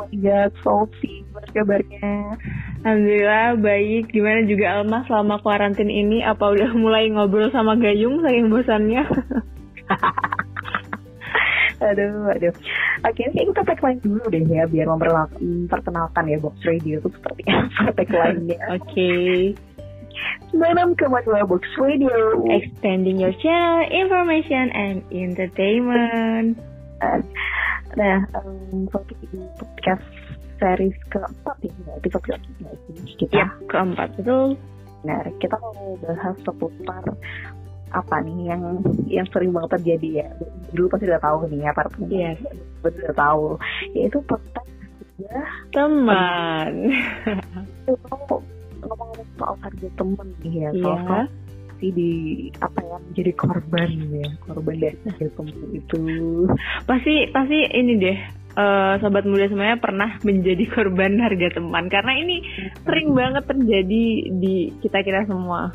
my god, Sophie, gimana kabarnya? Alhamdulillah baik. Gimana juga Alma selama kuarantin ini? Apa udah mulai ngobrol sama Gayung saking bosannya? Aduh. Oke, ini kita tagline dulu deh ya, biar memperkenalkan ya Box Radio itu seperti apa tagline-nya. Oke. 96,2 Box Radio. Extending your channel, information and entertainment. Nah, Sophie di podcast series keempat ini, episode keempat kita. Ya, keempat betul. Nah, kita mau bahas seputar apa nih yang sering banget terjadi ya. Dulu pasti udah tahu nih ya, para pendengar. Yes. Betul udah tahu. Yaitu tentang teman. Ngomong-ngomong soal harga teman nih ya. Iya. Soal di menjadi korban dari harga teman itu. Pasti ini deh. Sobat muda semuanya pernah menjadi korban harga teman karena ini sering banget terjadi di kita semua.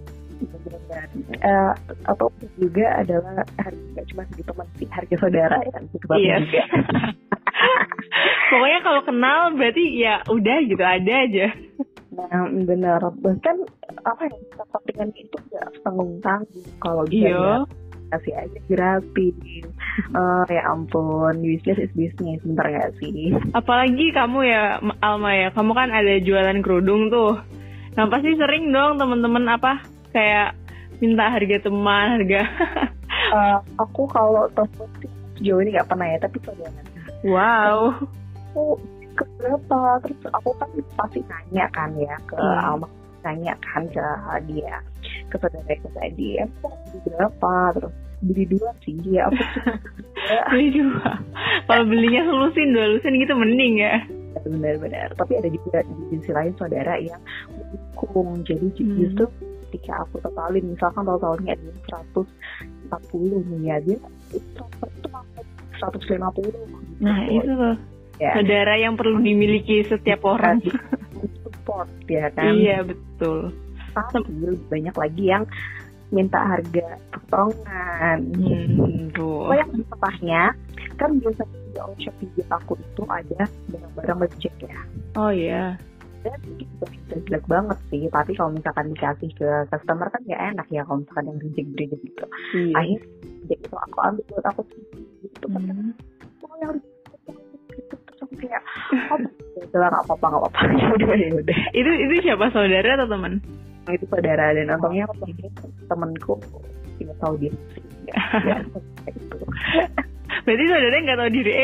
Atau juga adalah harga cuma di teman sih, harga saudara ya juga. Iya. Pokoknya kalau kenal berarti ya udah gitu ada aja. Nah benar, bahkan sampingan itu nggak tanggung kalau bisa kasih aja gratis. Ya ampun, business is business, bentar gak sih? Apalagi kamu ya Alma ya, kamu kan ada jualan kerudung tuh. Nah pasti sering dong teman-teman kayak minta harga teman, harga. Aku kalau temen sih sejauh ini nggak pernah ya, tapi saudara. Wow. Aku ke berapa? Terus aku kan pasti nanya kan ya ke Alma, nanya kan ke dia, ke saudara dia, beli berapa? Terus beli 2 sih ya. Aku beli 2. Kalau belinya lusin gitu mending ya. Benar. Tapi ada juga di sisi lain saudara yang mendukung. Jadi justru ketika aku totalin, misalkan totalnya ada 140 nih ya, dia transfer itu 150. Nah itu loh ya. Saudara yang perlu dimiliki setiap orang. Support ya kan. Iya betul. Tapi lebih banyak lagi yang minta harga potongan. Yang setahnya kan biasanya di Shopee aku itu ada barang-barang reject ya. Oh iya. Dan itu jelek banget sih, tapi kalau misalkan dikasih ke customer kan ya enak ya kalau misalkan yang reject gitu. Akhirnya reject itu aku ambil buat aku gitu kan. Yang gitu terus kayak nggak apa-apa. Udah. Itu siapa, saudara atau teman? Itu saudara, dan untungnya temanku tidak tahu diri. Ya, itu. Berarti saudara nggak tahu diri.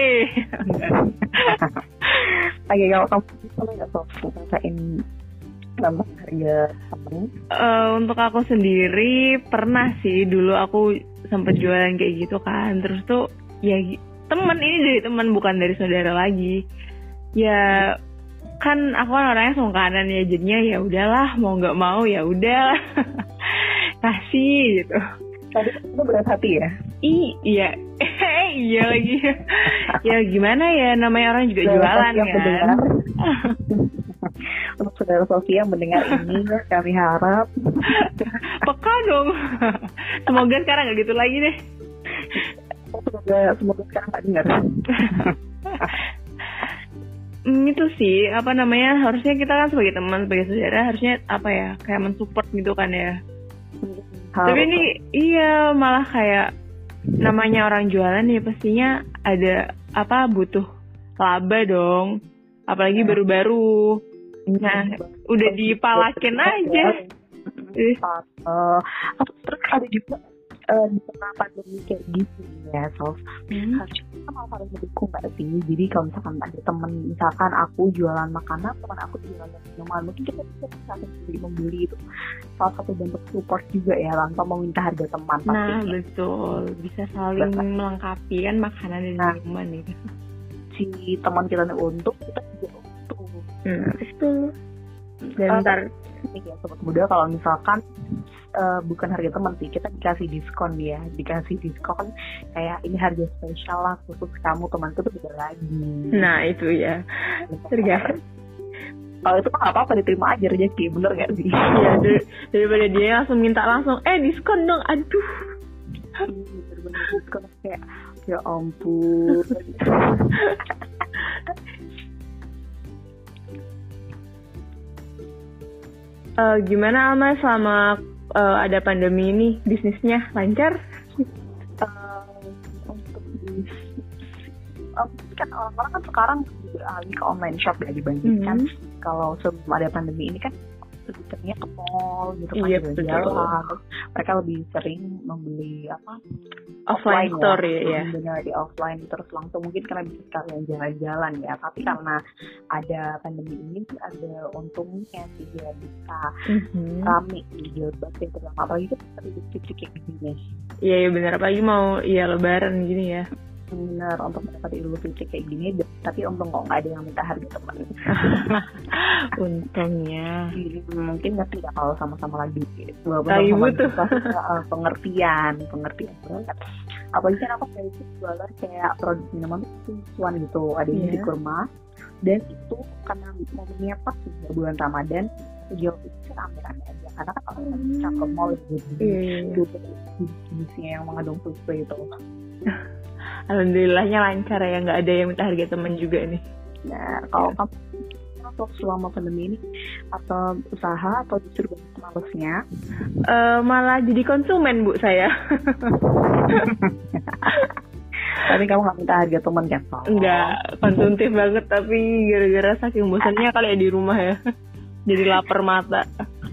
Oke, kalau nggak tahu ngerasain nambah harga temen. Untuk aku sendiri pernah sih, dulu aku sempet jualan kayak gitu kan. Terus tuh ya teman, ini dari teman bukan dari saudara lagi. Ya kan aku kan orangnya sungkanan ya, jadinya ya udahlah, mau nggak mau ya udah kasih gitu. Tadi itu berat hati ya? Iya. Iya lagi. Ya gimana ya, namanya orang juga jualan kan. Untuk saudara Sophie yang mendengar ini, kami harap peka dong. Semoga sekarang nggak gitu lagi deh. Semoga sekarang nggak dengar. Itu sih harusnya kita kan sebagai teman, sebagai saudara harusnya kayak mensupport gitu kan ya. Tapi ini malah kayak namanya orang jualan ya pastinya ada butuh laba dong, apalagi baru-baru. Nah udah dipalakin aja. Terus ada juga di tengah pandemi kayak gitu ya, harusnya kita malah harus mendukung nggak sih? Jadi kalau misalkan ada temen, misalkan aku jualan makanan, teman aku jualan minuman, mungkin kita bisa membeli itu salah satu bentuk support juga ya, tanpa meminta harga teman. Nah betul, bisa saling melengkapi kan makanan dan minuman itu. Si teman kita untung, kita juga untung. Betul. Dan ntar ya sobat muda, kalau misalkan bukan harga teman sih, kita dikasih diskon kayak ini harga spesial lah khusus kamu, temanku tuh beda lagi. Nah itu ya tergantung. Kalau itu mah apa diterima aja rezeki, bener nggak sih? Ya daripada dia langsung minta diskon dong, aduh. Bener-bener diskon kayak ya ampun. Gimana Alma selama ada pandemi ini, bisnisnya lancar? Untuk bisnis, kan orang-orang kan sekarang beralih ke online shop ya dibandingkan kalau sebelum ada pandemi ini kan sebenarnya ke mall gitu kan, jalan. Mereka lebih sering membeli offline store ya. Benar, di offline terus langsung, mungkin karena bisa sekalian jalan-jalan ya. Tapi karena ada pandemi ini ada untungnya sih, dia bisa rame di Gilbert itu, apalagi kita titik kayak gini. Iya benar, apalagi mau lebaran gini ya. Benar, untuk mendapati Idul Fitri kayak gini, tapi untung kok nggak ada yang minta harga teman. Untungnya. Mungkin ngerti ya kalau sama-sama lagi. Lagi butuh pengertian banget. Apalagi kan aku kayak itu jualan kayak produk minuman susuan gitu, ada yang di kurma, dan itu karena momennya pas juga bulan Ramadan, jual itu rame-rame aja karena kan orang ke mall gitu, bisnisnya yang mengandung susu itu. Alhamdulillahnya lancar ya, nggak ada yang minta harga teman juga nih. Nah, kalau kamu selama pandemi ini atau usaha atau justru malesnya? Malah jadi konsumen Bu saya. Tapi kamu nggak minta harga teman kan? Enggak, konsumtif banget, tapi gara-gara saking bosannya kali ya di rumah ya. Jadi lapar mata.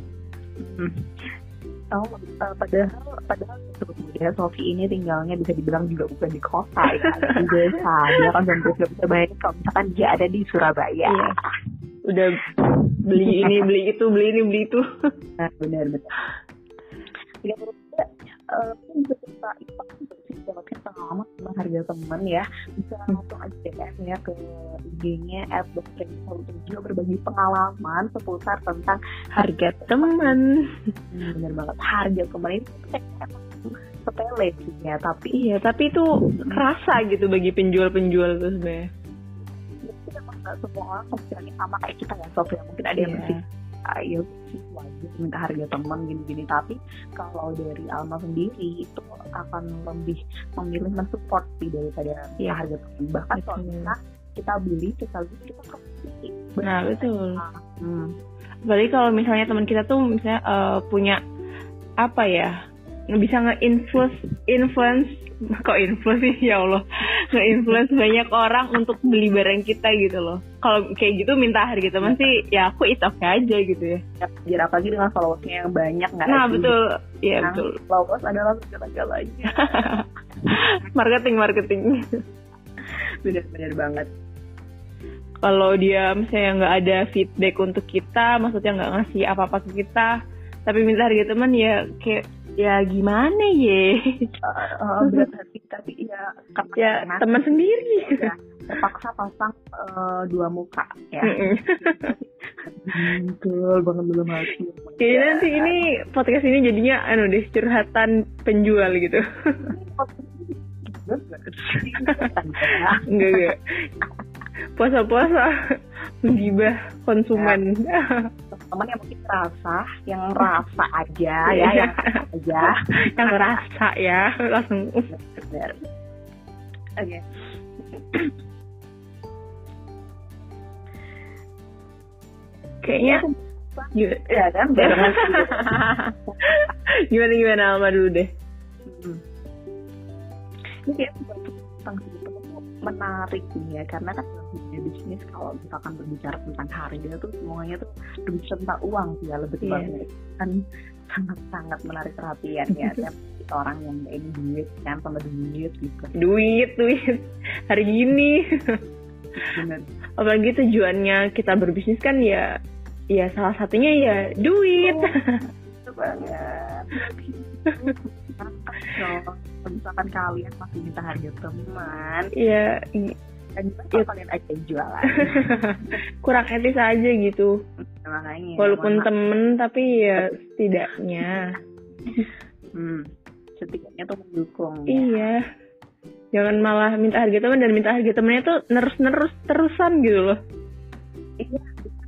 Padahal sebetulnya Sofi ini tinggalnya bisa dibilang juga bukan di kota ya, di desa. Dia kan dan bisa bayangin kalau misalkan dia ada di Surabaya. Iya. Udah beli ini, beli itu, beli ini, beli itu. Nah, benar. Ya menurut gue, bisa kita dapatkan pengalaman tentang harga teman ya. Bisa langsung aja DM ya ke IG-nya @dokter berbagi pengalaman seputar tentang harga teman. Benar banget, harga teman itu emang sepele sih ya, tapi itu kerasa gitu bagi penjual-penjual tuh sebenarnya. Jadi emang nggak semua orang pemikirannya sama kayak kita ya Sof, ya mungkin ada yang masih ayo sih wajib minta harga teman gini-gini, tapi kalau dari Alma sendiri itu akan lebih memilih mensupport sih daripada harga teman. Bahkan kalau kita beli kita kasih. Nah betul. Berarti kalau misalnya teman kita tuh misalnya punya apa ya, bisa nge-influence sih ya Allah, nge-influence banyak orang untuk beli barang kita gitu loh. Kalau kayak gitu minta harga teman sih ya aku it's okay aja gitu ya. Biar apalagi dengan followersnya yang banyak nggak? Nah betul, iya betul. Followers adalah segala-galanya. marketing. Benar banget. Kalau dia misalnya nggak ada feedback untuk kita, maksudnya nggak ngasih apa-apa ke kita, tapi minta harga teman ya kayak ya gimana ya? Berat hati, tapi ya teman sendiri. Ya, terpaksa pasang dua muka ya. Betul banget, belum hati. Kayaknya nanti ini podcast ini jadinya curhatan penjual gitu. Enggak. Puasa-puasa menggibah konsumen. Teman yang mungkin yang rasa aja ya, yang rasa ya langsung. Benar. Oke. Kayaknya ya kan barengan. Gimana Alma dulu deh. Ini kayak tentang menarik nih ya, karena kan bisnis kalau misalkan berbicara tentang harga tuh semuanya tuh berbicara tentang uang sih ya, lebih tepatnya kan sangat menarik perhatian ya. Tiap orang yang ini duit kan, sama duit gitu. Duit hari gini. Bener. Apalagi tujuannya kita berbisnis kan ya salah satunya ya duit. Itu banget. Misalkan kalian masih minta harga teman, ya kalian aja jualan. Kurang etis aja gitu. Makanya, walaupun temen tapi ya setidaknya tuh mendukung. Iya. Jangan malah minta harga teman, dan minta harga temennya tuh terusan gitu loh. Iya.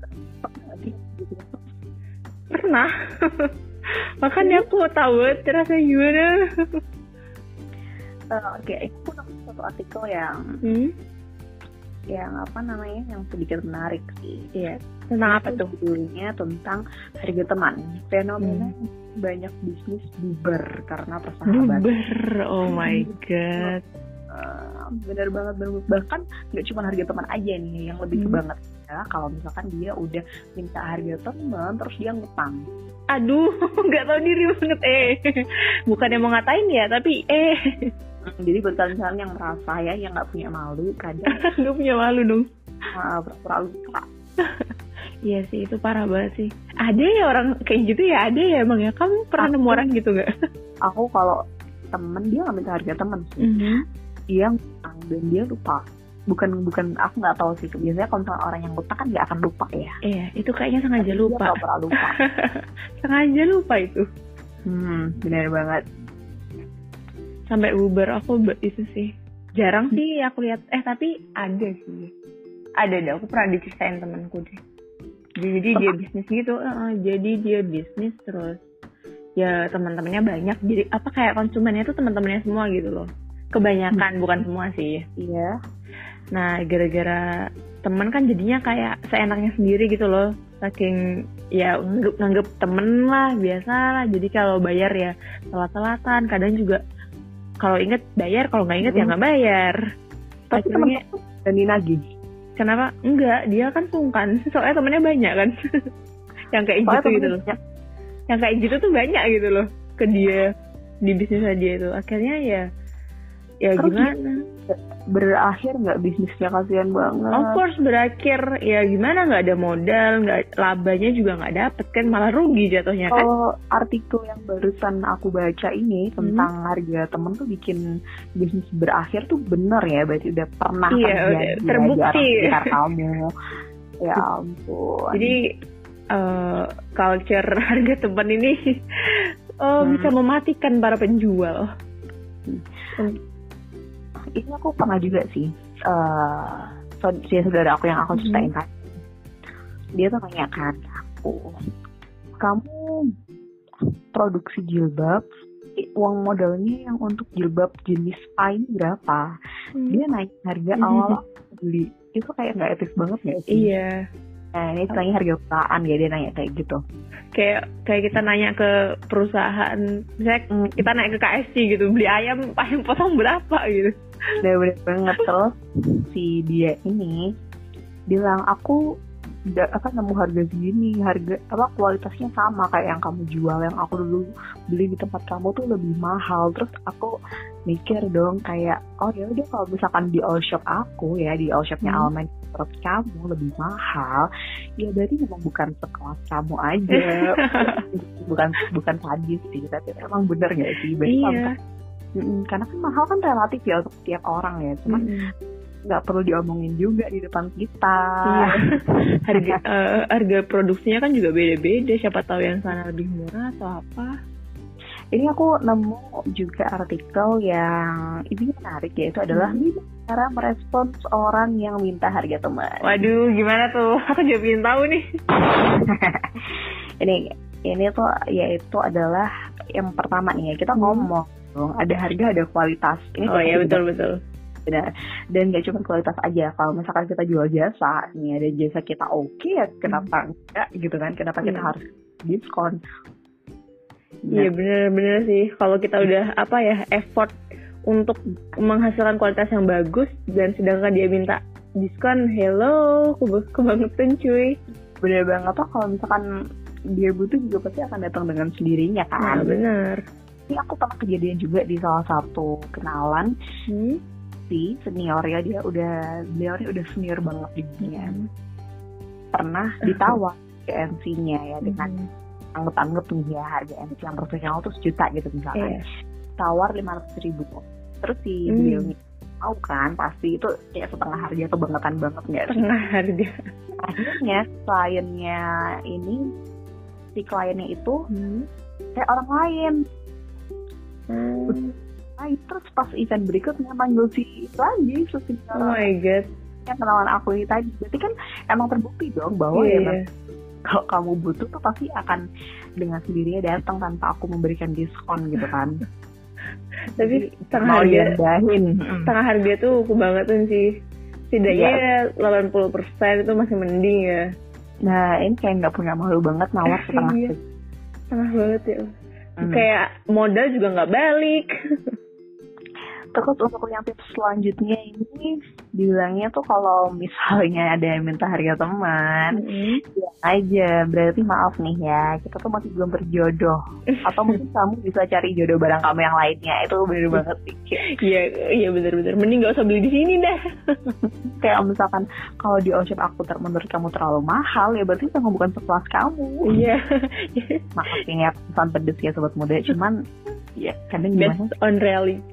Pernah. Makanya aku tahu rasanya gimana. Oke, aku nemu satu artikel yang yang apa namanya, yang sedikit menarik sih. Iya. Tentang apa tuh? Judulnya tentang harga teman. Fenomena banyak bisnis bubar karena persahabatan. Bubar, oh my god. Bener banget. Bahkan nggak cuma harga teman aja nih, yang lebih banget ya kalau misalkan dia udah minta harga teman terus dia ngutang. Aduh, nggak tahu diri banget. Bukan yang mau ngatain ya, tapi Jadi buat kalian yang merasa ya, yang nggak punya malu, kadang nggak punya malu dong. pura-pura lupa. Iya sih, itu parah banget sih. Ada ya orang kayak gitu ya, ada ya emang ya. Kamu pernah nemu orang gitu nggak? Aku kalau temen, dia nggak minta harga temen sih. Dia ngutang dan dia lupa. Bukan aku nggak tahu sih. Biasanya kalau misalnya orang yang ngutang kan nggak akan lupa ya. Iya, itu kayaknya sengaja lupa. Dia pura-pura lupa. Sengaja lupa itu. Benar banget. Sampai bubar aku itu sih. Jarang sih aku lihat. Tapi ada sih. Ada deh, aku pernah diceritain temanku deh. Jadi dia bisnis gitu. Jadi dia bisnis terus ya teman-temannya banyak. Jadi apa kayak konsumennya tuh teman-temannya semua gitu loh. Kebanyakan, bukan semua sih. Iya. Nah, gara-gara teman kan jadinya kayak seenaknya sendiri gitu loh. Saking ya nganggep temen lah, biasa lah. Jadi kalau bayar ya telat-telatan. Kadang juga kalau inget bayar, kalau nggak inget ya nggak bayar. Tapi temennya dan dinagih. Kenapa? Enggak, dia kan sungkan. Soalnya temennya banyak kan. Yang kayak gitu loh. Yang kayak gitu tuh banyak gitu loh ke dia di bisnisnya dia itu. Akhirnya ya gimana? Berakhir nggak bisnisnya, kasihan banget. Of course berakhir. Ya gimana, nggak ada modal, nggak, labanya juga nggak dapet kan, malah rugi jatuhnya kan. Kalau artikel yang barusan aku baca ini tentang harga temen tuh bikin bisnis berakhir tuh bener ya, berarti udah pernah terjadi, terbukti ya, kamu. Ya ampun. Jadi culture harga teman ini bisa mematikan para penjual. Ini aku pernah juga sih, saudara aku yang aku ceritain kan, dia tuh nanya kan aku, kamu produksi jilbab, uang modalnya yang untuk jilbab jenis A ini berapa? Dia naik harga awal beli, itu kayak nggak etis banget nggak sih? Iya. Nah ini tanya harga perusahaan ya, dia nanya kayak gitu. Kayak kita nanya ke perusahaan, misalnya kita naik ke KFC gitu, beli ayam potong berapa gitu. Udah bener banget. Terus si dia ini bilang, aku nemu harga segini, harga kualitasnya sama kayak yang kamu jual, yang aku dulu beli di tempat kamu tuh lebih mahal. Terus aku mikir dong kayak, oh ya udah kalau misalkan di all shop aku ya, di all shopnya Almen menurut kamu lebih mahal, ya berarti memang bukan sekelas kamu aja. bukan sadis sih, tapi emang bener nggak sih? Iya. Karena kan mahal kan relatif ya untuk setiap orang ya, cuman nggak perlu diomongin juga di depan kita. Iya. Harga produksinya kan juga beda-beda, siapa tahu yang sana lebih murah atau apa. Ini aku nemu juga artikel yang ini menarik, yaitu adalah cara merespons orang yang minta harga teman. Waduh, gimana tuh? Aku juga ingin tahu nih. ini tuh yaitu adalah yang pertama nih ya, kita ngomong dong, ada harga ada kualitas. Ini ya betul. Benar. Dan gak cuma kualitas aja. Kalau misalkan kita jual jasa, nih ada jasa kita oke ya, kenapa enggak gitu kan? Kenapa kita harus diskon? Iya bener sih. Kalau kita udah effort untuk menghasilkan kualitas yang bagus, dan sedangkan dia minta diskon, hello, kebangetan cuy. Bener banget. Atau kalau misalkan dia butuh juga pasti akan datang dengan sendirinya kan. Nah, bener. Ini aku pernah kejadian juga di salah satu kenalan. Si seniornya, beliau udah senior banget di dunia. Pernah ditawar ke MC-nya ya dengan anggap nih ya, harga MC yang profesional tuh 1 juta gitu misalkan. Tawar 500.000. Terus si beliau tahu kan pasti itu ya setengah harga atau bangetan banget nggak sih? Setengah harga. Akhirnya si kliennya itu kayak orang lain. Terus pas event berikutnya manggil si lagi, oh my god, yang kenalan aku ini tadi. Berarti kan emang terbukti dong bahwa kalau kamu butuh tuh pasti akan dengan sendirinya datang tanpa aku memberikan diskon gitu kan. Tapi setengah harga tuh kebangetan sih. Setidaknya 80% itu masih mending ya. Nah ini kayak nggak punya malu banget nawar setengah. Setengah banget ya. Kayak modal juga nggak balik. Terus untuk yang tips selanjutnya ini dibilangnya tuh kalau misalnya ada yang minta harga teman, bilang aja berarti maaf nih ya, kita tuh masih belum berjodoh. Atau mungkin kamu bisa cari jodoh bareng kamu yang lainnya. Itu bener banget sih. Iya bener-bener. Mending gak usah beli di sini dah. Kayak misalkan kalau di Oshop aku menurut kamu terlalu mahal, ya berarti kamu bukan sekelas kamu. Iya. Makasih ya pesan pedes ya sobat muda. Cuman ya kadang gimana? Based on reality.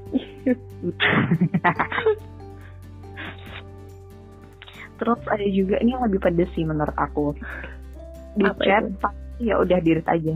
Terus ada juga ini yang lebih pedes sih menurut aku. Di apa chat itu? ya udah dirit aja.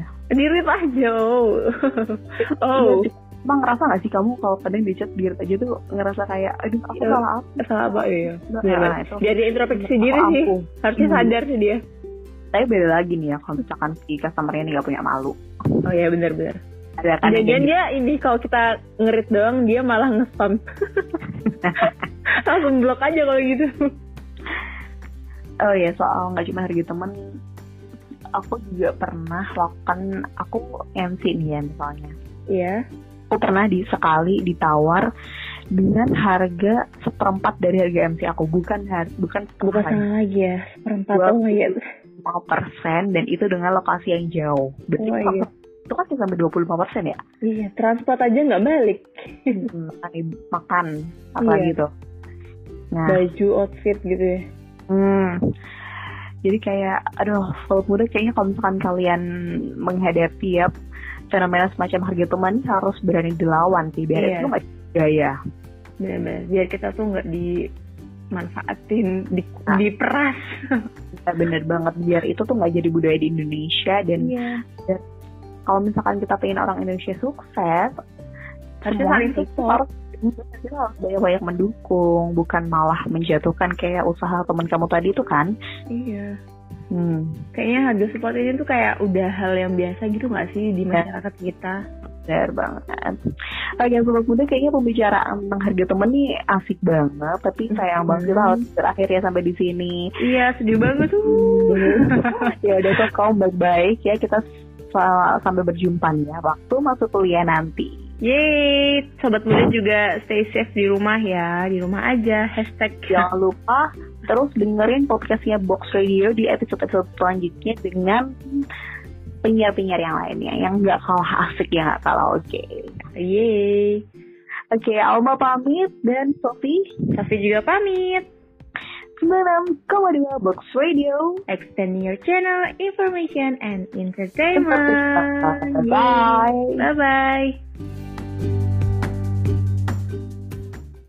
Oh. Emang ngerasa gak sih kamu kalau kadang di chat dirit aja tuh ngerasa kayak aduh aku salah apa? Salah apa ya? Nah, itu. Jadi introspeksi diri sih. Harusnya sadar sih dia. Tapi beda lagi nih ya kalau misalkan si customer-nya ini gak punya malu. Oh iya benar-benar. Ada kan jadi dia ini kalau kita ngerit doang dia malah nge-spam. Langsung blok aja kalau gitu. Oh ya soal nggak cuma harga temen, aku juga pernah lakukan, aku MC nih ya misalnya. Iya. Aku pernah sekali ditawar dengan harga 1/4 dari harga MC aku, bukan setengah lagi ya, 1/4 lagi. 5% dan itu dengan lokasi yang jauh. Berarti itu kan sampai 25% ya? Iya, transport aja nggak balik. Makan apa gitu. Nah, baju, outfit gitu ya. Jadi kayak, aduh, sobat muda kayaknya kalau misalkan kalian menghadapi ya fenomena semacam harga teman harus berani dilawan sih, biar itu nggak gaya. Benar-benar, biar kita tuh nggak dimanfaatin, diperas. Ya, bener banget, biar itu tuh nggak jadi budaya di Indonesia dan kalau misalkan kita pengen orang Indonesia sukses, harusnya saling support. Kita harus banyak-banyak mendukung, bukan malah menjatuhkan kayak usaha teman kamu tadi itu kan. Iya. Kayaknya harga support ini tuh kayak udah hal yang biasa gitu nggak sih di masyarakat kita? Benar banget. Oke, sobat muda, kayaknya pembicaraan tentang harga temen nih asik banget, tapi sayang banget kita harus berakhir ya sampai di sini. Iya, sedih banget tuh. Ya udah, kok kamu baik-baik ya, kita sampai berjumpa nih ya waktu masuk kuliah nanti. Yeay, sobat muda juga stay safe di rumah ya, di rumah aja. #. Jangan lupa terus dengerin podcastnya Box Radio di episode-episode selanjutnya dengan penyiar-penyiar yang lainnya yang nggak kalah asik, ya nggak kalah oke. Yeay. Oke, Alma pamit dan Sofi juga pamit. 96,2 Box Radio, extend your channel, information and entertainment. Bye. Bye bye.